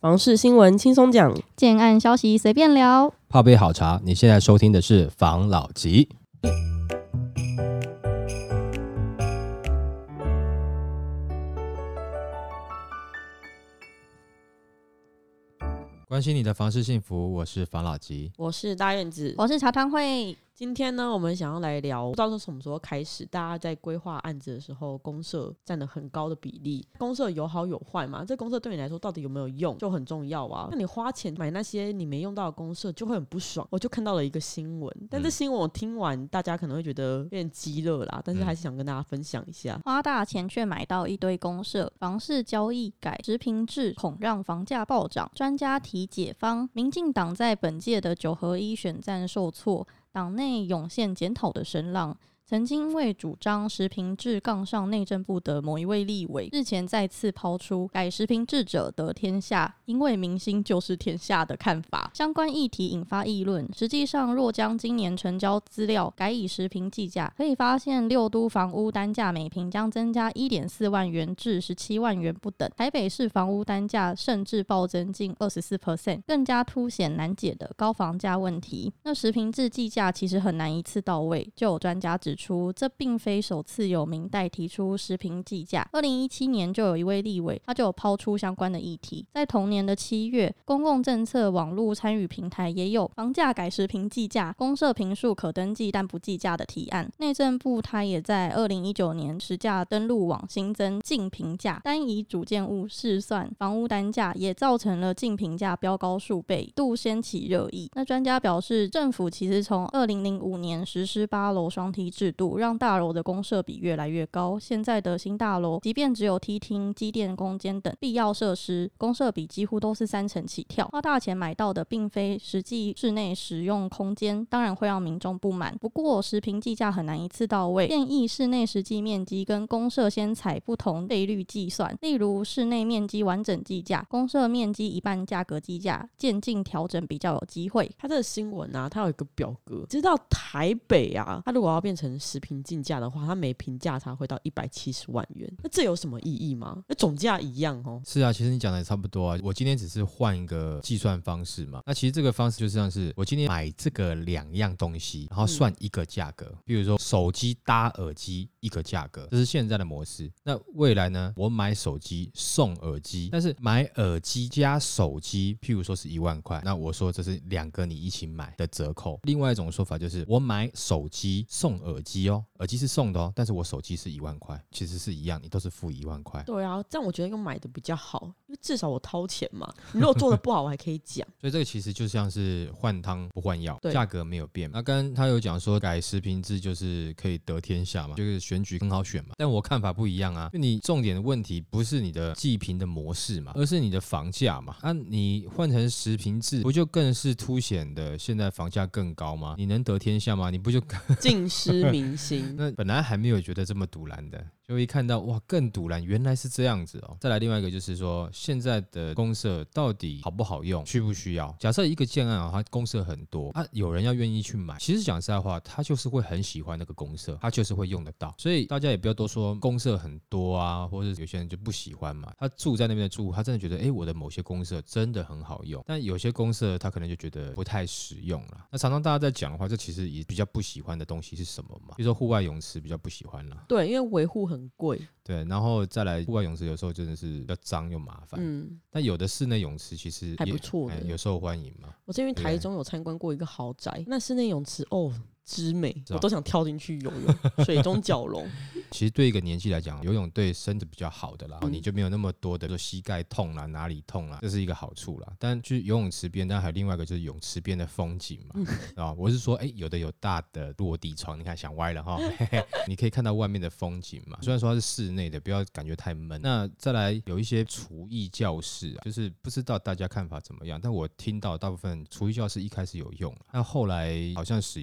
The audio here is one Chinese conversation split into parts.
房事新闻轻松讲， 建案消息随便聊。 泡杯好茶，你现在收听的是房老吉。关心你的房事幸福，我是房老吉， 我是大院子， 我是茶汤会。 今天呢，我们想要来聊，不知道从什么时候开始，大家在规划案子的时候，公社占了很高的比例。公社有好有坏嘛，这公社对你来说到底有没有用，就很重要啊。那你花钱买那些你没用到的公社，就会很不爽。我就看到了一个新闻，但这新闻我听完，大家可能会觉得有点激热啦，但是还是想跟大家分享一下。 花大钱却买到一堆公社，房市交易改实坪制，恐让房价暴涨。专家提解方，民进党在本届的9合1选战受挫。党内涌现检讨的声浪，曾经为主张实坪制杠上内政部的某一位立委，日前再次抛出改实坪制者得天下，因为民心就是天下的看法。相关议题引发议论。实际上，若将今年成交资料改以实坪计价，可以发现6都房屋单价每坪将增加 1.4 万元至17万元不等。台北市房屋单价甚至暴增近 24%， 更加凸显难解的高房价问题。那实坪制计价其实很难一次到位，就有专家指出，这并非首次有民代提出实坪计价。2017年就有一位立委，他就有抛出相关的议题。在同年的7月，公共政策网络参与平台也有房价改实坪计价，公设坪数可登记但不计价的提案。内政部他也在2019年实价登录网新增净评价，单以主建物试算房屋单价，也造成了净评价飙高数倍，度掀起热议。那专家表示，政府其实从2005年实施8楼双梯制度，让大楼的公设比越来越高。现在的新大楼，即便只有梯厅、机电空间等必要设施，公设比几乎都是3成起跳。花大钱买到的并非实际室内使用空间，当然会让民众不满。不过实坪计价很难一次到位，建议室内实际面积跟公设先采不同倍率计算，例如室内面积完整计价，公设面积一半价格计价，渐进调整比较有机会。 它这个新闻啊，它有一个表格，知道台北啊，它如果要变成实坪竞价的话，它每坪价差会到170万元。那这有什么意义吗？那总价一样哦。 是啊，其实你讲的也差不多啊。我今天只是换一个计算方式嘛。那其实这个方式就像是我今天买这个2样东西，然后算一个价格。比如说手机搭耳机一个价格，这是现在的模式。那未来呢，我买手机送耳机，但是买耳机加手机，譬如说是1万块，那我说这是2个你一起买的折扣。另外一种说法就是我买手机送耳机哦，耳机是送的哦，但是我手机是1万块，其实是一样，你都是付1万块。 对啊，这样我觉得用买的比较好，因为至少我掏钱嘛。你如果做的不好，我还可以讲。 所以这个其实就像是换汤不换药，价格没有变。那刚刚他有讲说改实坪制就是可以得天下嘛，就是选举很好选嘛。但我看法不一样啊，就你重点的问题不是你的计坪的模式嘛，而是你的房价嘛。你换成实坪制，不就更是凸显的现在房价更高吗？你能得天下吗？你不就尽失民心？ 那本来还没有觉得这么堵拦的，就一看到哇更堵拦，原来是这样子哦。再来另外一个就是说，现在的公社到底好不好用，需不需要？假设一个建案啊，它公社很多啊，有人要愿意去买，其实讲实在话，他就是会很喜欢那个公社，他就是会用得到。所以大家也不要多说公社很多啊，或者有些人就不喜欢嘛。他住在那边的住户，他真的觉得我的某些公社真的很好用，但有些公社他可能就觉得不太实用了。那常常大家在讲的话，这其实也比较不喜欢的东西是什么嘛？比如说户外泳池比较不喜欢啦， 对，因为维护很贵。 对，然后再来户外泳池有时候真的是比较脏又麻烦。但有的室内泳池其实还不错的， 有受欢迎嘛。 我这边台中有参观过一个豪宅，那室内泳池之美，我都想跳进去游泳，水中蛟龙。 其实对一个年纪来讲，游泳对身子比较好的啦，你就没有那么多的说膝盖痛啦、哪里痛啦，这是一个好处啦。但去游泳池边，但还有另外一个就是泳池边的风景嘛，我是说，有的有大的落地窗，你看想歪了哈，你可以看到外面的风景嘛。虽然说它是室内的，不要感觉太闷。那再来有一些厨艺教室就是不知道大家看法怎么样，但我听到大部分厨艺教室一开始有用，那后来好像使用的几率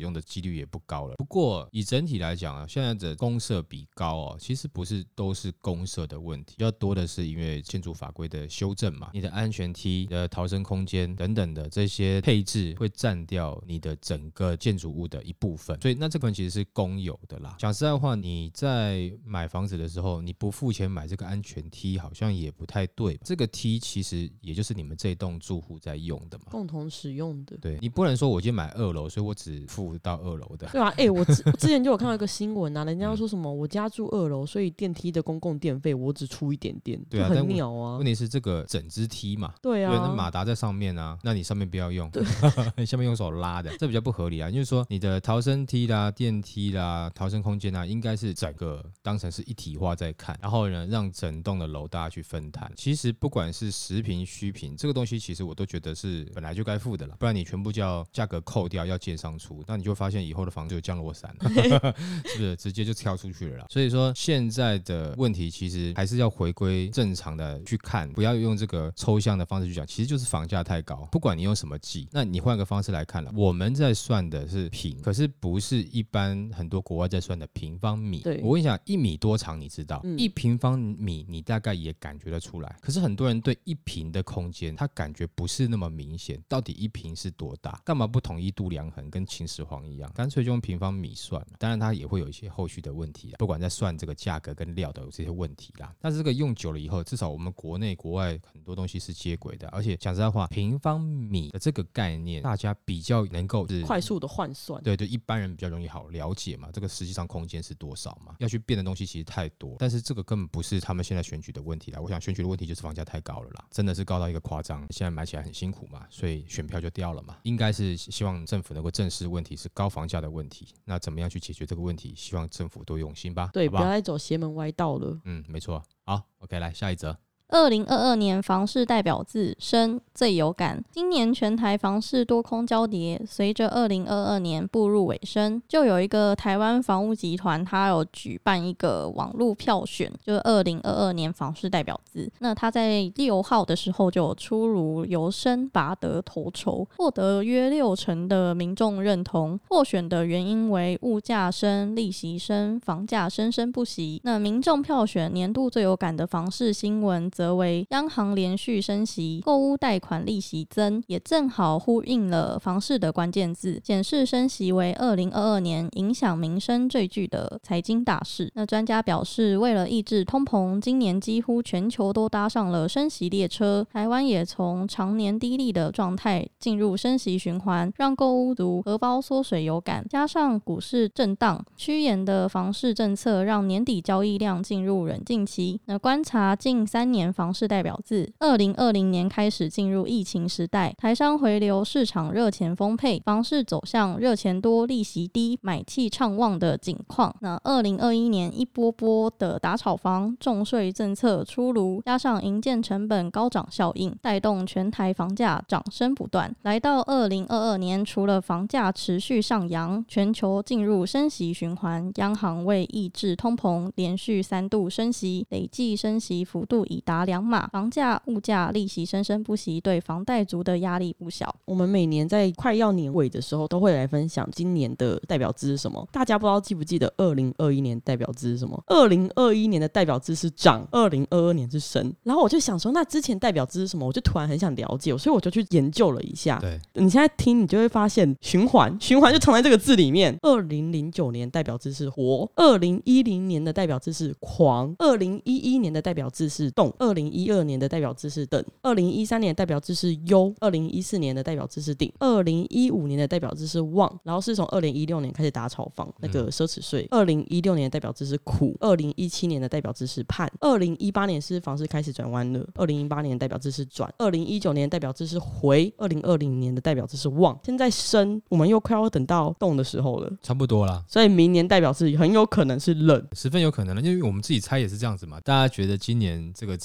率也不高了。不过以整体来讲啊，现在的公设比高哦，其实不是都是公设的问题，比较多的是因为建筑法规的修正嘛，你的安全梯、你的逃生空间等等的这些配置会占掉你的整个建筑物的一部分，所以那这个其实是公有的啦。讲实在话，你在买房子的时候，你不付钱买这个安全梯，好像也不太对。这个梯其实也就是你们这一栋住户在用的嘛， 共同使用的。 对，你不能说我今天买2楼，所以我只付到2楼的。 对啊，我之前就有看到一个新闻啊，人家说什么我家住2楼，所以电梯的公共电费我只出一点点， 对啊， 就很鸟啊。 问题是这个整只梯嘛， 对啊， 对，那马达在上面啊，那你上面不要用，你下面用手拉的，这比较不合理啊。就是说你的逃生梯啦、电梯啦、逃生空间啊，应该是整个当成是一体化在看，然后呢，让整栋的楼大家去分摊。其实不管是实坪、虚坪，这个东西其实我都觉得是本来就该付的了，不然你全部叫价格扣掉，要建商出，那你就发现以后的房子就降落伞了，是不是？直接就跳出去了啦。所以说现在的问题其实还是要回归正常的去看，不要用这个抽象的方式去讲，其实就是房价太高。不管你用什么计，那你换个方式来看了，我们在算的是坪，可是不是一般很多国外在算的平方米。 对， 我跟你讲，1米多长，你知道，1平方米你大概也感觉得出来。可是很多人对1平的空间，他感觉不是那么明显，到底1平是多大？干嘛不统一度量衡，跟秦始皇一样，干脆就用平方米算了？当然，它也会有一些后续的问题啦，不管在算这个价格跟料的有这些问题啦。但是这个用久了以后，至少我们国内国外很多东西是接轨的，而且讲实在话，平方米的这个概念，大家比较能够是快速的换算， 对，一般人比较容易好了解嘛。这个实际上空间是多少嘛？要去变的东西其实太多，但是这个根本不是他们现在选举的问题啦。我想选举的问题就是房价太高了啦，真的是高到一个夸张，现在买起来很辛苦嘛，所以选票就掉了嘛。应该是希望政府能够正视问题是高房价的问题，那怎么样去解决这个问题？希望政府多用心吧。 对， 好不好？ 不要再走邪门歪道了。 没错。好 ，OK， 来下一则。 2022年房市代表字生最有感。今年全台房市多空交叠，随着2022年步入尾声，就有一个台湾房屋集团，它有举办一个网络票选，就是2022年房市代表字。那它在6号的时候就有出炉，由生拔得头筹，获得约60%的民众认同。获选的原因为物价升、利息升、房价生生不息。那民众票选年度最有感的房市新闻，则为央行连续升息，购屋贷款利息增，也正好呼应了房市的关键字，检视升息为2022年影响民生最具的财经大事。那专家表示，为了抑制通膨，今年几乎全球都搭上了升息列车，台湾也从常年低利的状态进入升息循环，让购屋族荷包缩水有感，加上股市震荡，趋严的房市政策让年底交易量进入冷静期。那观察近3年房市代表字，2020年开始进入疫情时代，台商回流，市场热钱丰沛，房市走向热钱多、利息低、买气畅旺的景况。那2021年一波波的打炒房、重税政策出炉，加上营建成本高涨效应，带动全台房价涨升不断。来到2022年，除了房价持续上扬，全球进入升息循环，央行为抑制通膨，连续3度升息，累计升息幅度已达2码，房价、物价、利息生生不息，对房贷族的压力不小。 我们每年在快要年尾的时候，都会来分享今年的代表字是什么。大家不知道记不记得2021年代表字是什么？2021年的代表字是涨，2022年是升。然后我就想说，那之前代表字是什么？我就突然很想了解，所以我就去研究了一下。 对， 你现在听，你就会发现循环就藏在这个字里面。2009年代表字是活，2010年的代表字是狂，2011年的代表字是动，2012年的代表字是等，2013年的代表字是忧，2014年的代表字是顶，2015年的代表字是旺，然后是从2016年开始打炒房那个奢侈税，2016年的代表字是苦，2017年的代表字是盼，2018年是房市开始转弯了，2018年的代表字是转，2019年的代表字是回，2020年的代表字是旺。现在升，我们又快要等到动的时候了， 差不多啦。 所以明年代表字很有可能是冷， 十分有可能的，因为我们自己猜也是这样子嘛。大家觉得今年这个字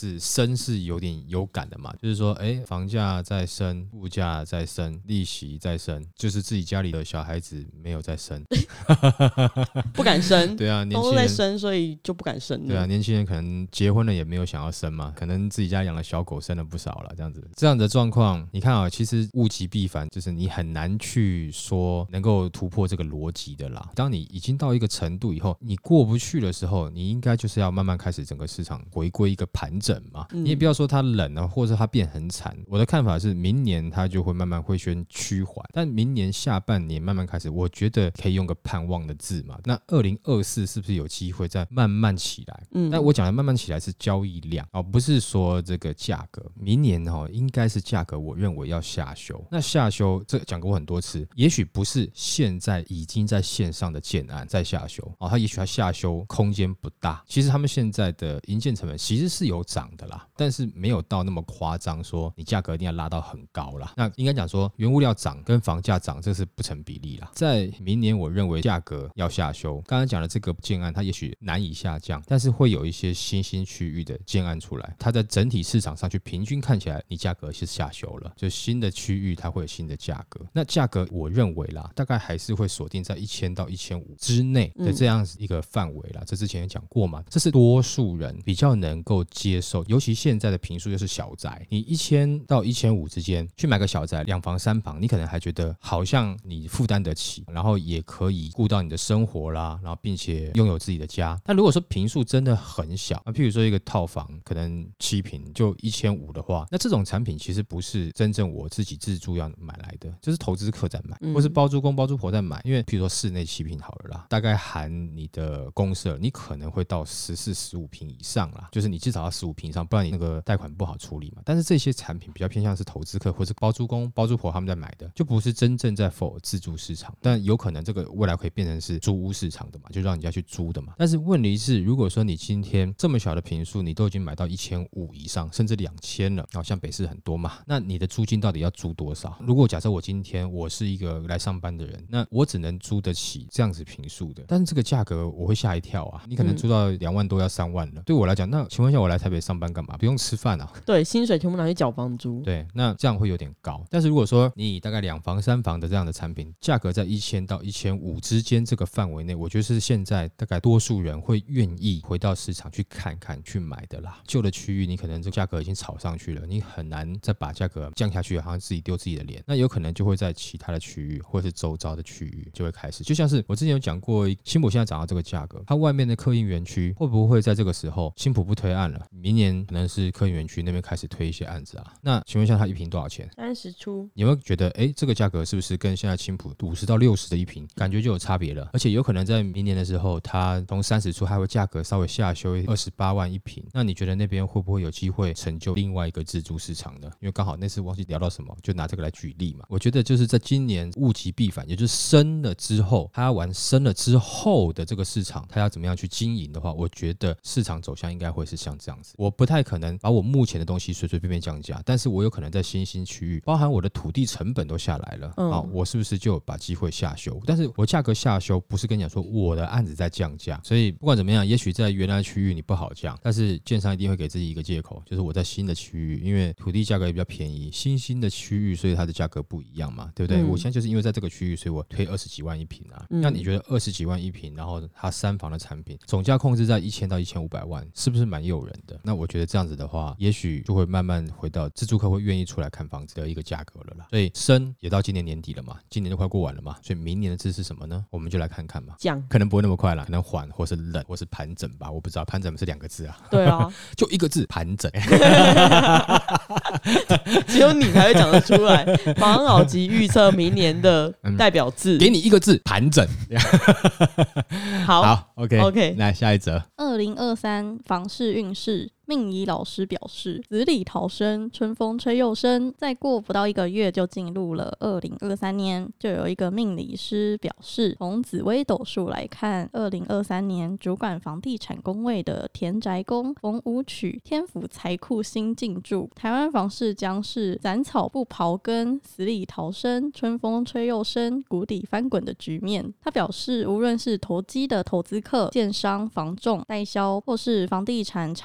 是升是有点有感的嘛，就是说房价在升，物价在升，利息在升，就是自己家里的小孩子没有在升不敢生对啊，年轻人都在生，所以就不敢生了。 对啊，年轻人可能结婚了也没有想要生嘛，可能自己家养的小狗生了不少了，这样的状况，你看啊，其实物极必反，就是你很难去说能够突破这个逻辑的啦。当你已经到一个程度以后，你过不去的时候，你应该就是要慢慢开始整个市场回归一个盘整嘛。你也不要说它冷啊，或者它变很惨。我的看法是，明年它就会慢慢会先趋缓，但明年下半年慢慢开始，我觉得可以用个盼望的字嘛。那2024是不是有机会再慢慢起来？但我讲的慢慢起来是交易量哦，不是说这个价格。明年应该是价格，我认为要下修。那下修这讲过很多次，也许不是现在已经在线上的建案在下修哦，它也许它下修空间不大。其实他们现在的营建成本其实是有涨的啦，但是没有到那么夸张，说你价格一定要拉到很高啦。那应该讲说，原物料涨跟房价涨这是不成比例啦。在明年，我认为价格要下修。刚刚讲的这个建案，它也许难以下降，但是会有一些新兴区域的建案出来，它在整体市场上去平均看起来，你价格是下修了，就新的区域它会有新的价格。那价格我认为啦，大概还是会锁定在1000到1500之内的这样一个范围啦。这之前也讲过嘛，这是多数人比较能够接受，尤其现在的坪数又是小宅，你1000到1500之间去买个小宅，2房3房，你可能还觉得好像你负担得起，然后也可以顾到你的生活啦，然后并且拥有自己的家。但如果说坪数真的很小，譬如说一个套房可能7坪就1500的话，那这种产品其实不是真正我自己自住要买来的，就是投资客在买，或是包租公包租婆在买。因为譬如说室内7坪好了啦，大概含你的公设，你可能会到14、15坪以上啦，就是你至少要15坪以上，不然你那个贷款不好处理嘛。但是这些产品比较偏向是投资客或是包租公包租婆他们在买的，就不是真正在 for 自住市场。但有可能这个未来可以变成是租屋市场的嘛，就让人家去租的嘛。但是问题是，如果说你今天这么小的坪数，你都已经买到1500以上，甚至2000了，像北市很多嘛，那你的租金到底要租多少？如果假设我今天我是一个来上班的人，那我只能租得起这样子坪数的，但是这个价格我会吓一跳啊！你可能租到2万多要3万了，对我来讲，那请问一下，我来台北上班干嘛？不用吃饭啊？ 对，薪水全部拿去缴房租。 对，那这样会有点高。但是如果说你以大概2房3房的这样的产品，价格在1000到1500之间这个范围内，我觉得是现在大概多数人会愿意回到市场去看看去买的啦。旧的区域你可能这个价格已经炒上去了，你很难再把价格降下去，好像自己丢自己的脸。那有可能就会在其他的区域或是周遭的区域就会开始，就像是我之前有讲过，青埔现在涨到这个价格，它外面的客运园区会不会在这个时候青埔不推案了，明年可能是客运园区那边开始推一些案子啊？那请问一下，它一坪多少钱 ？30出。 你有没有觉得这个价格是不是跟现在青埔50到60的一坪感觉就有差别了？而且有可能在明年的时候，它从30出还会价格稍微下修28万一坪。那你觉得那边会不会有机会成就另外一个自住市场呢？因为刚好那次忘记聊到什么，就拿这个来举例嘛。我觉得就是在今年物极必反，也就是升了之后，它要玩升了之后的这个市场，它要怎么样去经营的话，我觉得市场走向应该会是像这样子。我不太可能把我目前的东西随随便便降价，但是我有可能在新兴区域，包含我的土地成本都下来了，我是不是就把机会下修？但是我价格下修不是跟你讲说我的案子在降价，所以不管怎么样，也许在原来区域你不好降，但是建商一定会给自己一个借口，就是我在新的区域，因为土地价格也比较便宜，新兴的区域，所以它的价格不一样嘛，对不对？我现在就是因为在这个区域，所以我推20几万一坪啊。那你觉得20几万一坪，然后它3房的产品总价控制在1000到1500万，是不是蛮诱人的？那我觉得这样子的话，也许就会慢慢回到自住客会愿意出来看房子的一个价格了啦。所以升也到今年年底了嘛，今年就快过完了嘛，所以明年的字是什么呢？我们就来看看嘛。 降可能不会那么快啦，可能缓或是冷或是盘整吧，我不知道，盘整是2个字啊。 对啊， 就1个字，盘整。 只有你才会讲得出来。房老吉预测明年的代表字， 给你1个字，盘整。 好 ，OK， 来下一则。 2023房市运势。命理老师表示，子李桃生，春风吹又生。再过不到1个月就进入了2023年，就有一个命理师表示，从紫微斗数来看，2023年主管房地产宫位的田宅宫逢武曲天府财库星进驻，台湾房市将是斩草不刨根，死里逃生，春风吹又生，谷底翻滚的局面。他表示，无论是投机的投资客、建商、房仲、代销，或是房地产长业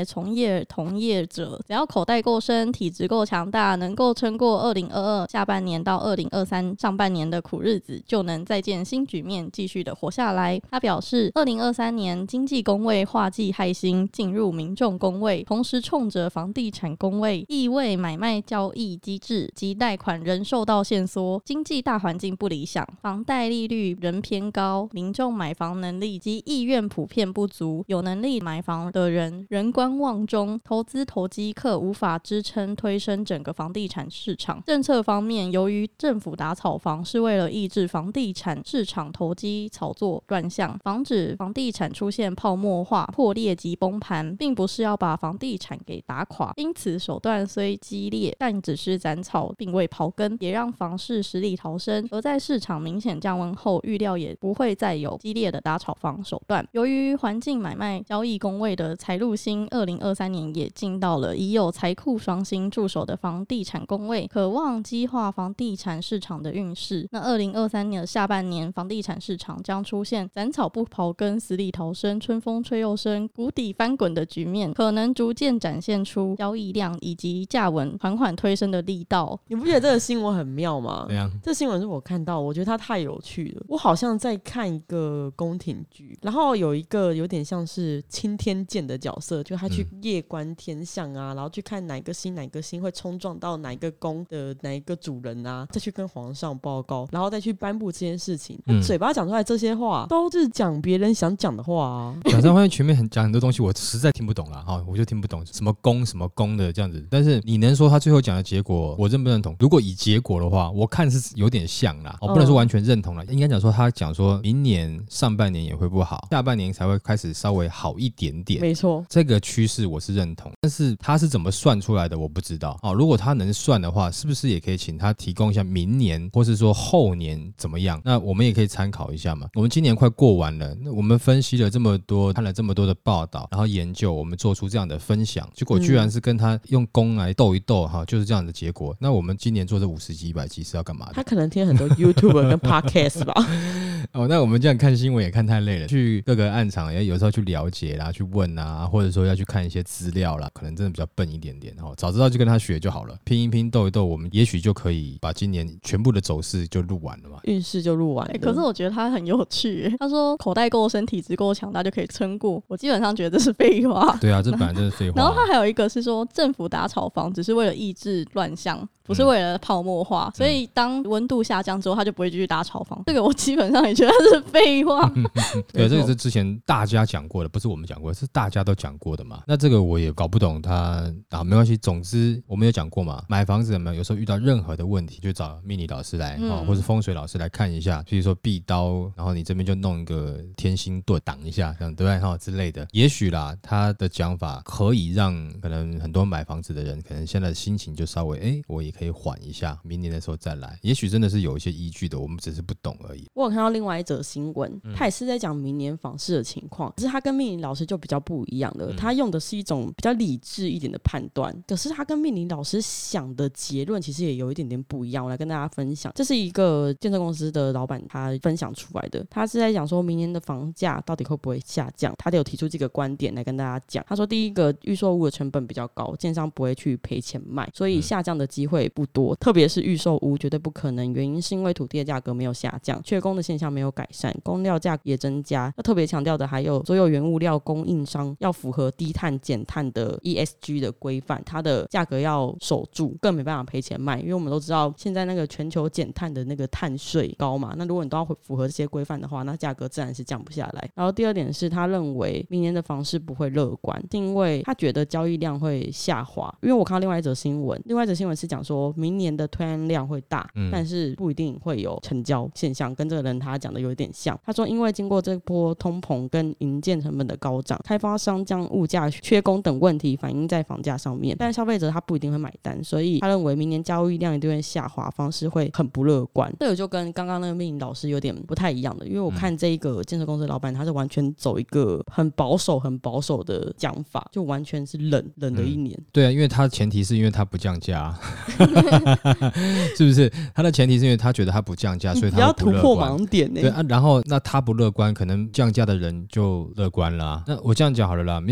从业同业者，只要口袋够深，体质够强大，能够撑过2022下半年到2023上半年的苦日子，就能再见新局面，继续的活下来。他表示2023年经济宫位化忌亥星进入民众宫位，同时冲着房地产宫位，意味买卖交易机制及贷款仍受到限缩，经济大环境不理想，房贷利率仍偏高，民众买房能力及意愿普遍不足，有能力买房的人仍观望中，投资投机客无法支撑推升整个房地产市场。政策方面，由于政府打炒房是为了抑制房地产市场投机炒作乱象，防止房地产出现泡沫化、破裂及崩盘，并不是要把房地产给打垮，因此手段虽激烈，但只是斩草并未刨根，也让房市死里逃生。而在市场明显降温后，预料也不会再有激烈的打炒房手段。由于环境买卖交易宫位的财禄星2023年也进到了已有财库双星驻守的房地产宫位，渴望激化房地产市场的运势。那2023年的下半年，房地产市场将出现斩草不刨根、死里逃生、春风吹又生、谷底翻滚的局面，可能逐渐展现出交易量以及价稳缓缓推升的力道。 你不觉得这个新闻很妙吗？ 怎样？ 这新闻是我看到，我觉得它太有趣了。我好像在看一个宫廷剧，然后有一个有点像是钦天监的角色，就他去夜观天象啊，然后去看哪个星会冲撞到哪一个宫的哪一个主人啊，再去跟皇上报告，然后再去颁布这件事情。嘴巴讲出来这些话，都是讲别人想讲的话啊。 讲上面前面讲很多东西，我实在听不懂啦，我就听不懂什么宫什么宫的这样子。但是你能说他最后讲的结果，我认不认同？如果以结果的话，我看是有点像啦，不能说完全认同啦，应该讲说他讲说明年上半年也会不好，下半年才会开始稍微好一点点。 没错， 这个趋势我是认同，但是他是怎么算出来的我不知道。如果他能算的话，是不是也可以请他提供一下明年或是说后年怎么样？那我们也可以参考一下嘛。我们今年快过完了，那我们分析了这么多，看了这么多的报道，然后研究，我们做出这样的分享，结果居然是跟他用功来斗一斗，就是这样的结果。那我们今年做这50集100集是要干嘛的？ 他可能听很多 YouTube 跟 Podcast 吧。 那我们这样看新闻也看太累了，去各个暗场也有时候去了解啦，去问啊，或者说要去看一些资料啦，可能真的比较笨一点点，早知道就跟他学就好了，拼一拼斗一斗，我们也许就可以把今年全部的走势就录完了嘛， 运势就录完了。 可是我觉得他很有趣，他说口袋够深、体质够强大就可以撑过，我基本上觉得这是废话。 对啊，这本来就是废话。 然后他还有一个是说政府打炒房只是为了抑制乱象，不是为了泡沫化，所以当温度下降之后他就不会继续打炒房。这个我基本上也觉得是废话。 对，这个是之前大家讲过的，不是我们讲过的，是大家都讲过的嘛。那这个我也搞不懂他没关系，总之我们有讲过嘛，买房子有时候遇到任何的问题就找命理老师来，或是风水老师来看一下，比如说壁刀，然后你这边就弄一个天星盾挡一下，这样对不对之类的。也许啦，他的讲法可以让可能很多买房子的人可能现在的心情就稍微我也可以缓一下，明年的时候再来，也许真的是有一些依据的，我们只是不懂而已。 我有看到另外一则新闻，他也是在讲明年房市的情况，可是他跟命理老师就比较不一样的，他用的是一种比较理智一点的判断，可是他跟命理老师想的结论其实也有一点点不一样。我来跟大家分享，这是一个建设公司的老板他分享出来的，他是在讲说明年的房价到底会不会下降，他有提出这个观点来跟大家讲。他说第一个，预售屋的成本比较高，建商不会去赔钱卖，所以下降的机会不多，特别是预售屋绝对不可能，原因是因为土地的价格没有下降，缺工的现象没有改善，工料价也增加。要特别强调的还有所有原物料供应商要符合低碳减碳的 ESG 的规范，它的价格要守住，更没办法赔钱卖，因为我们都知道现在那个全球减碳的那个碳税高嘛，那如果你都要符合这些规范的话，那价格自然是降不下来。然后第二点是他认为明年的房市不会乐观，是因为他觉得交易量会下滑。因为我看到另外一则新闻是讲说明年的推案量会大，但是不一定会有成交现象，跟这个人他讲的有一点像。他说因为经过这波通膨跟营建成本的高涨，开发商将物价、缺工等问题反映在房价上面，但消费者他不一定会买单，所以他认为明年交易量一定会下滑，方式会很不乐观。这个就跟刚刚那个命理老师有点不太一样的，因为我看这一个建设公司的老板他是完全走一个很保守的讲法，就完全是冷的一年。 对啊，因为他前提是因为他不降价是不是？他的前提是因为他觉得他不降价，所以他不乐观， 不要突破盲点对啊，然后那他不乐观，可能降价的人就乐观啦。那我这样讲好了啦，没有错啦。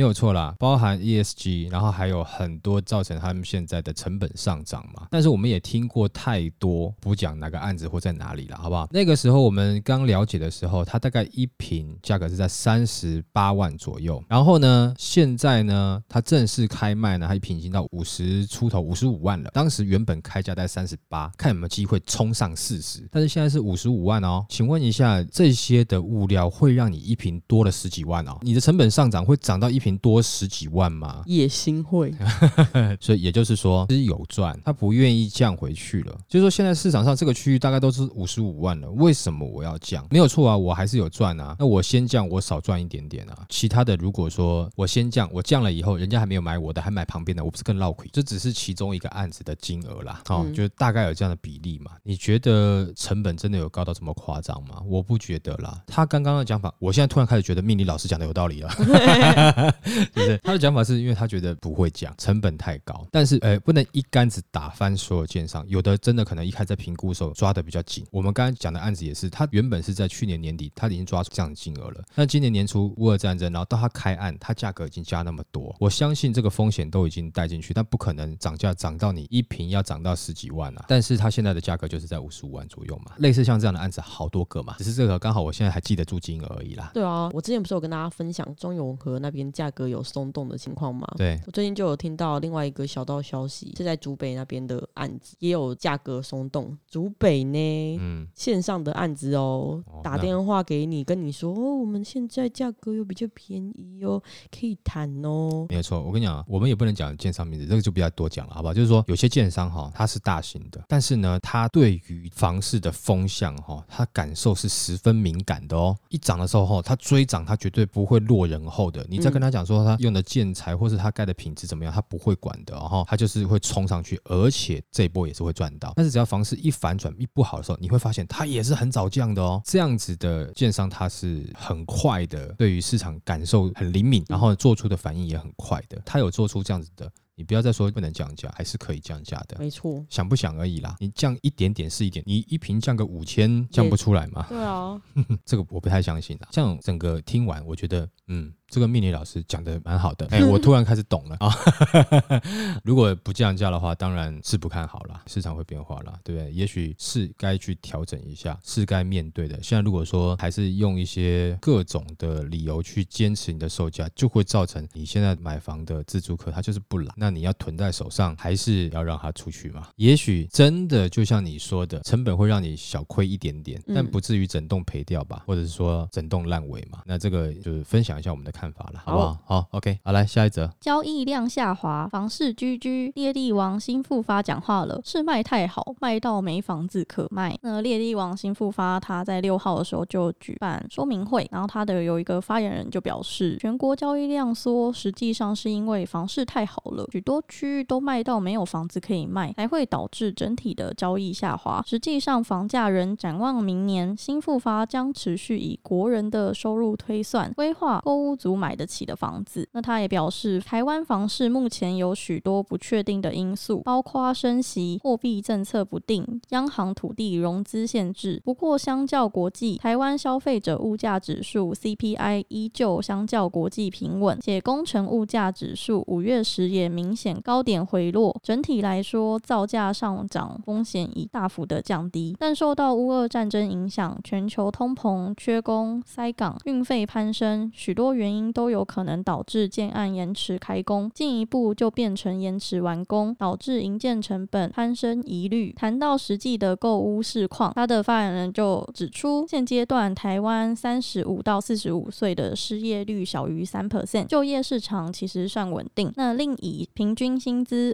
啦，包含 ESG， 然后还有很多造成他们现在的成本上涨嘛。但是我们也听过太多，不讲哪个案子或在哪里了，好不好？那个时候我们刚了解的时候，它大概一坪价格是在38万左右，然后呢，现在呢，它正式开卖呢，它一坪已经到50出头，55万了。当时原本开价在38，看有没有机会冲上40，但是现在是55万哦。请问一下，这些的物料会让你一坪多了10几万哦？你的成本上涨会涨到一坪多10几万吗？ 野心会所以也就是说是有赚，他不愿意降回去了。就是说现在市场上这个区域大概都是55万了，为什么我要降？没有错啊，我还是有赚啊。那我先降，我少赚一点点啊。其他的如果说我先降，我降了以后，人家还没有买我的，还买旁边的，我不是更落亏？这只是其中一个案子的金额啦，就大概有这样的比例嘛。你觉得成本真的有高到这么夸张吗？我不觉得啦。他刚刚的讲法，我现在突然开始觉得命理老师讲的有道理了，就是他的讲法是因为他觉得不会降，成本太高，但是不能一竿子打翻所有建商，有的真的可能一开始在评估的时候抓的比较紧。我们刚才讲的案子也是，他原本是在去年年底他已经抓出这样的金额了，但今年年初乌俄战争，然后到他开案，他价格已经加那么多，我相信这个风险都已经带进去，但不可能涨价涨到你一坪要涨到10几万啊。但是他现在的价格就是在55万左右嘛，类似像这样的案子好多个嘛，只是这个刚好我现在还记得住金额而已啦。 对啊，我之前不是有跟大家分享中永和那边价格有松动的情况吗？ 对， 我最近就有听到另外一个小道消息，是在竹北那边的案子也有价格松动。竹北呢，线上的案子打电话给你，跟你说我们现在价格又比较便宜可以谈哦。 没有错，我跟你讲，我们也不能讲建商名字，这个就不要多讲了，好不好？就是说有些建商它是大型的，但是呢，它对于房市的风向它感受是十分敏感的哦。一涨的时候它追涨，它绝对不会落人后的。你再跟他讲说他用的建材或是他盖的品质怎么样，他不会管的他就是会冲上去，而且这一波也是会赚到。但是只要房市一反转一不好的时候，你会发现它也是很早降的哦。这样子的建商它是很快的，对于市场感受很灵敏，然后做出的反应也很快的。他有做出这样子的，你不要再说不能降价，还是可以降价的。 没错， 想不想而已啦。你降一点点是一点，你一坪降个5000，降不出来吗？ 对啊， 这个我不太相信啦。这样整个听完，我觉得这个命理老师讲的蛮好的，我突然开始懂了啊。如果不降价的话，当然是不看好啦，市场会变化啦，对不对？也许是该去调整一下，是该面对的。现在如果说还是用一些各种的理由去坚持你的售价，就会造成你现在买房的自住客他就是不来，那你要囤在手上，还是要让他出去嘛？也许真的就像你说的，成本会让你小亏一点点，但不至于整栋赔掉吧，或者是说整栋烂尾嘛。那这个就是分享一下我们的看法了，好不好？好 ，OK， 好，来下一则。 交易量下滑，房市居居，猎地王新复发讲话了，是卖太好，卖到没房子可卖。那猎地王新复发他在6号的时候就举办说明会，然后他的有一个发言人就表示，全国交易量缩，实际上是因为房市太好了，许多区域都卖到没有房子可以卖，才会导致整体的交易下滑。实际上房价仍展望明年，新复发将持续以国人的收入推算，规划购屋族买得起的房子。那他也表示，台湾房市目前有许多不确定的因素，包括升息、货币政策不定、央行土地融资限制。不过相较国际，台湾消费者物价指数 CPI 依旧相较国际平稳，且工程物价指数5月时也明显高点回落。整体来说，造价上涨风险已大幅的降低，但受到乌俄战争影响，全球通膨、缺工、塞港、运费攀升，许多原因都有可能导致建案延迟开工，进一步就变成延迟完工，导致营建成本攀升疑虑。谈到实际的购屋市况，他的发言人就指出，现阶段台湾35到45岁的失业率小于 3%， 就业市场其实算稳定。那另以平均薪资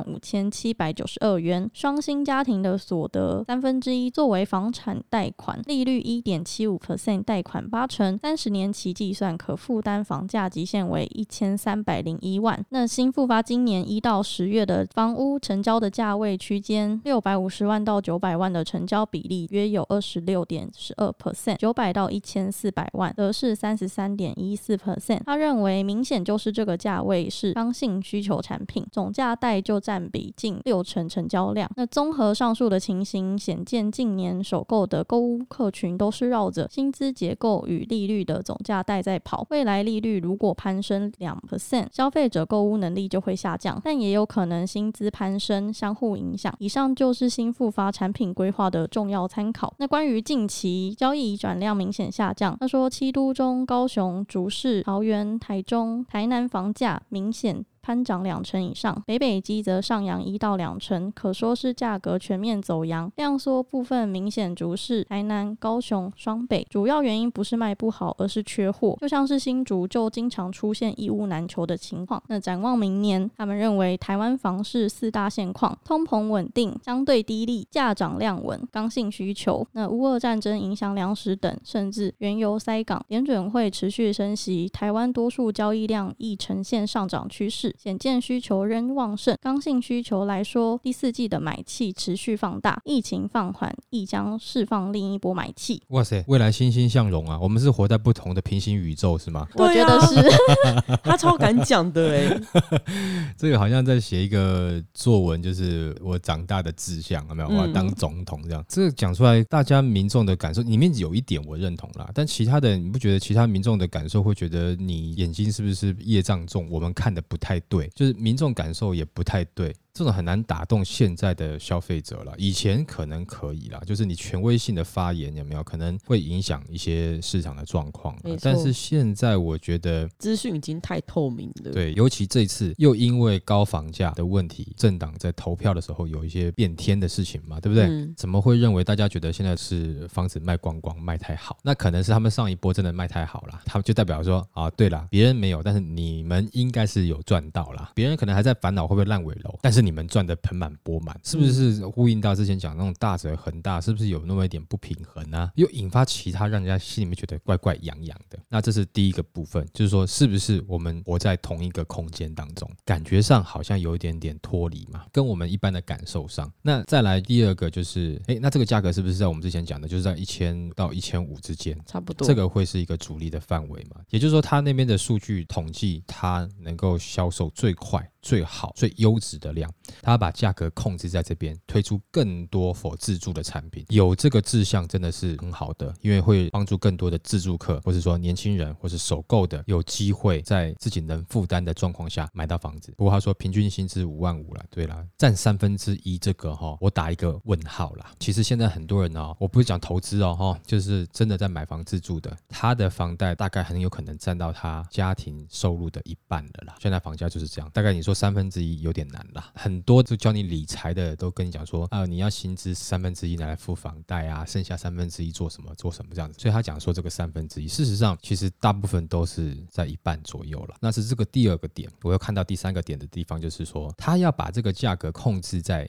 55792元，双薪家庭的所得1/3作为房产贷款，利率 1.75%， 贷款8成，30年期计算可负担房价极限为1301万。那新复发今年1到10月的房屋成交的价位区间650万到900万的成交比例约有 26.12%， 900到1400万则是 33.14%。 他认为明显就是这个价位是刚性需求产品，总价贷就占比近6成成交量。那综合上述的情形，显见近年首购的购屋客群都是绕着薪资结构与利率的总价贷在跑，未来来利率如果攀升 2%， 消费者购物能力就会下降，但也有可能薪资攀升，相互影响。以上就是新复发产品规划的重要参考。那关于近期交易移转量明显下降，他说七都中高雄、竹市、桃园、台中、台南房价明显攀涨2%以上，北基则上扬1到2成，可说是价格全面走扬。量缩部分明显竹市、台南、高雄、双北，主要原因不是卖不好，而是缺货。就像是新竹就经常出现一屋难求的情况。那展望明年，他们认为台湾房市4大现况：通膨稳定、相对低利、价涨量稳、刚性需求。那乌俄战争影响粮食等，甚至原油塞港，联准会持续升息，台湾多数交易量亦呈现上涨趋势。显见需求仍旺盛，刚性需求来说，第4季的买气持续放大，疫情放缓亦将释放另一波买气。 哇塞，未来欣欣向荣啊！我们是活在不同的平行宇宙是吗？ 我觉得是他超敢讲的欸这个好像在写一个作文，就是我长大的志向，有没有？我要当总统这样。这个讲出来，大家民众的感受里面有一点我认同啦，但其他的你不觉得其他民众的感受会觉得你眼睛是不是业障重？我们看的不太对，就是民众感受也不太对。这种很难打动现在的消费者了，以前可能可以啦，就是你权威性的发言有没有可能会影响一些市场的状况，但是现在我觉得资讯已经太透明了。 对，尤其这一次又因为高房价的问题，政党在投票的时候有一些变天的事情嘛，对不对？怎么会认为大家觉得现在是房子卖光光卖太好？那可能是他们上一波真的卖太好了，他们就代表说啊，对啦，别人没有，但是你们应该是有赚到啦，别人可能还在烦恼会不会烂尾楼，但是你们赚的盆满钵满，是不是呼应到之前讲那种大者恒大，是不是有那么一点不平衡啊？又引发其他让人家心里面觉得怪怪痒痒的。那这是第一个部分，就是说是不是我们活在同一个空间当中，感觉上好像有一点点脱离嘛，跟我们一般的感受上。那再来第二个就是，那这个价格是不是在我们之前讲的，就是在1000到1500之间， 差不多， 这个会是一个主力的范围嘛？也就是说，他那边的数据统计，它能够销售最快、最好、最优质的量，他把价格控制在这边，推出更多否自住的产品，有这个志向真的是很好的，因为会帮助更多的自住客，或是说年轻人，或是首购的，有机会在自己能负担的状况下买到房子。不过他说平均薪资55000啦，对啦，占1/3这个我打一个问号啦。其实现在很多人我不是讲投资就是真的在买房自住的，他的房贷大概很有可能占到他家庭收入的1半了啦。现在房价就是这样，大概你说1/3有点难啦。很多就教你理财的都跟你讲说你要薪资1/3拿来付房贷啊，剩下1/3做什么这样子。所以他讲说这个1/3，事实上其实大部分都是在1半左右了。那是这个第二个点。我又看到第三个点的地方，就是说他要把这个价格控制在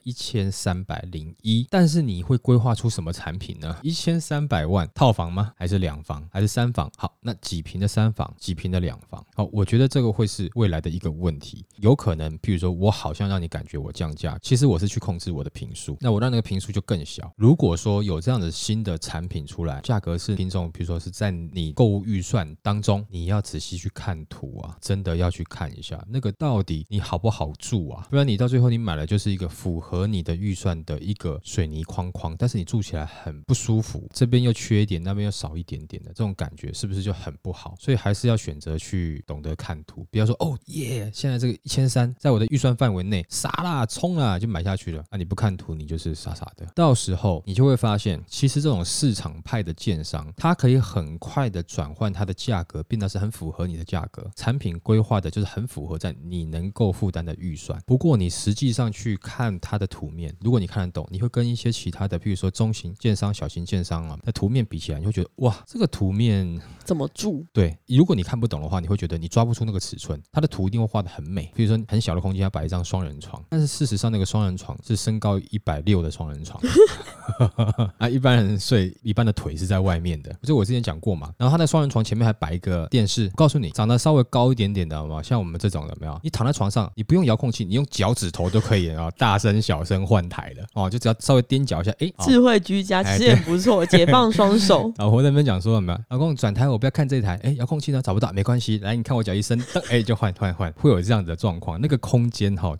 1301，但是你会规划出什么产品呢？1300万套房吗？还是2房？还是3房？好，那几坪的3房，几坪的2房？好，我觉得这个会是未来的一个问题。有可能譬如说我好像让你感觉我降价，其实我是去控制我的坪数，那我让那个坪数就更小。如果说有这样的新的产品出来，价格是听众比如说是在你购物预算当中，你要仔细去看图啊，真的要去看一下那个到底你好不好住啊，不然你到最后你买了就是一个符合你的预算的一个水泥框框，但是你住起来很不舒服，这边又缺一点，那边又少一点点的，这种感觉是不是就很不好？所以还是要选择去懂得看图，不要说现在这个1300在我的预算范围内，傻啦冲啦就买下去了你不看图你就是傻傻的。到时候你就会发现，其实这种市场派的建商，它可以很快的转换它的价格，变得是很符合你的价格，产品规划的就是很符合在你能够负担的预算。不过你实际上去看它的图面，如果你看得懂，你会跟一些其他的譬如说中型建商、小型建商那图面比起来，你会觉得哇，这个图面怎么住？ 对，如果你看不懂的话，你会觉得你抓不出那个尺寸，它的图一定会画得很美。比如说很小的空间要摆一张双人床，但是事实上那个双人床是身高160的双人床一般人睡一般的腿是在外面的，这我之前讲过嘛。然后他那双人床前面还摆一个电视，我告诉你长得稍微高一点点的好吗？像我们这种的没有，你躺在床上你不用遥控器，你用脚趾头都可以大声小声换台的就只要稍微踮脚一下智慧居家其实也不错解放双手老婆在那边讲说有没有，老公转台我不要看这一台遥控器呢找不到没关系，来你看我脚一伸就换会有这样的状况。那个空间就你会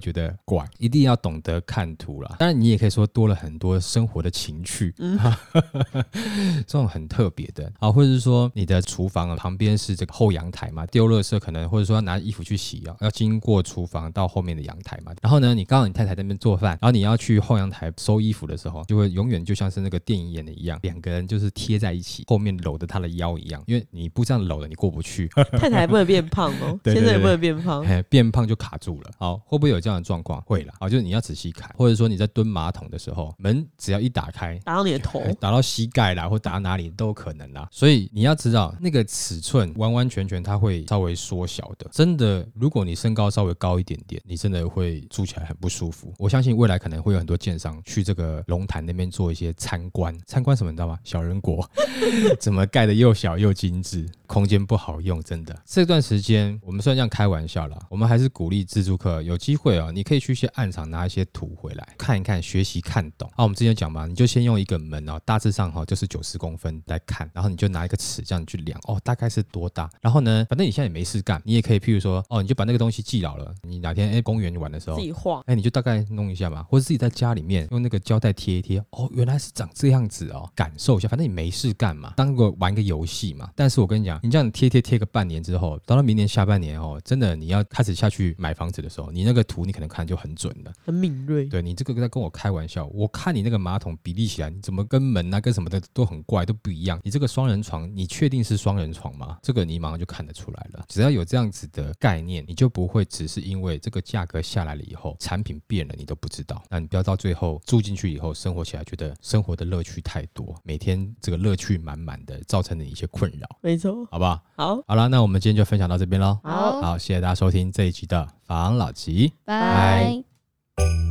觉得怪，一定要懂得看图啦。当然你也可以说多了很多生活的情趣，这种很特别的啊，或者是说你的厨房旁边是这个后阳台嘛，丢垃圾可能或者说要拿衣服去洗要经过厨房到后面的阳台嘛。然后呢，你刚好你太太在那边做饭，然后你要去后阳台收衣服的时候，就会永远就像是那个电影演的一样，两个人就是贴在一起，后面搂着他的腰一样，因为你不这样搂的你过不去。 太太不能变胖哦， 对对对先生也不能变胖， 变胖就卡住了。好，会不会有这样的状况？会啦。好，就是你要仔细看，或者说你在蹲马桶的时候，门只要一打开， 打到你的头， 打到膝盖啦，或打到哪里都有可能啦。所以你要知道，那个尺寸完完全全它会稍微缩小的。真的，如果你身高稍微高一点点，你真的会住起来很不舒服。我相信未来可能会有很多建商去这个龙潭那边做一些参观什么，你知道吗？小人国怎么盖的又小又精致，空间不好用，真的。这段时间我们虽然这样开玩笑啦，我们还是鼓励自助客有机会你可以去一些暗场拿一些图回来看一看，学习看懂。我们之前讲嘛，你就先用一个门大致上就是90公分来看，然后你就拿一个尺这样去量大概是多大。然后呢，反正你现在也没事干，你也可以譬如说你就把那个东西记牢了，你哪天公园玩的时候自己画， 你就大概弄一下嘛，或者自己在家里面用那个胶带贴一贴，原来是长这样子感受一下，反正你没事干嘛，当个玩个游戏嘛。但是我跟你讲，你这样贴个半年之后，到明年下半年真的你要开始下去买房子的时候，你那个图你可能看就很准了， 很敏锐。 对，你这个在跟我开玩笑，我看你那个马桶比例起来，你怎么跟门跟什么的都很怪，都不一样。你这个双人床，你确定是双人床吗？这个你马上就看得出来了。只要有这样子的概念，你就不会只是因为这个价格下来了以后，产品变了你都不知道。那你不要到最后住进去以后，生活起来觉得生活的乐趣太多，每天这个乐趣满满的，造成你一些困扰。 没错， 好不好？ 好啦，那我们今天就分享到这边咯。 好， 谢谢大家收听这一集的房老吉， 拜。